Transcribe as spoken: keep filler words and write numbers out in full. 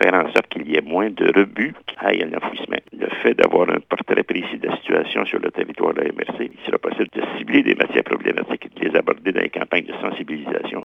faire en sorte qu'il y ait moins de rebuts qui aillent à l'enfouissement. Le fait d'avoir un portrait précis de la situation sur le territoire de la M R C, il sera possible de cibler des matières problématiques et de les aborder dans les campagnes de sensibilisation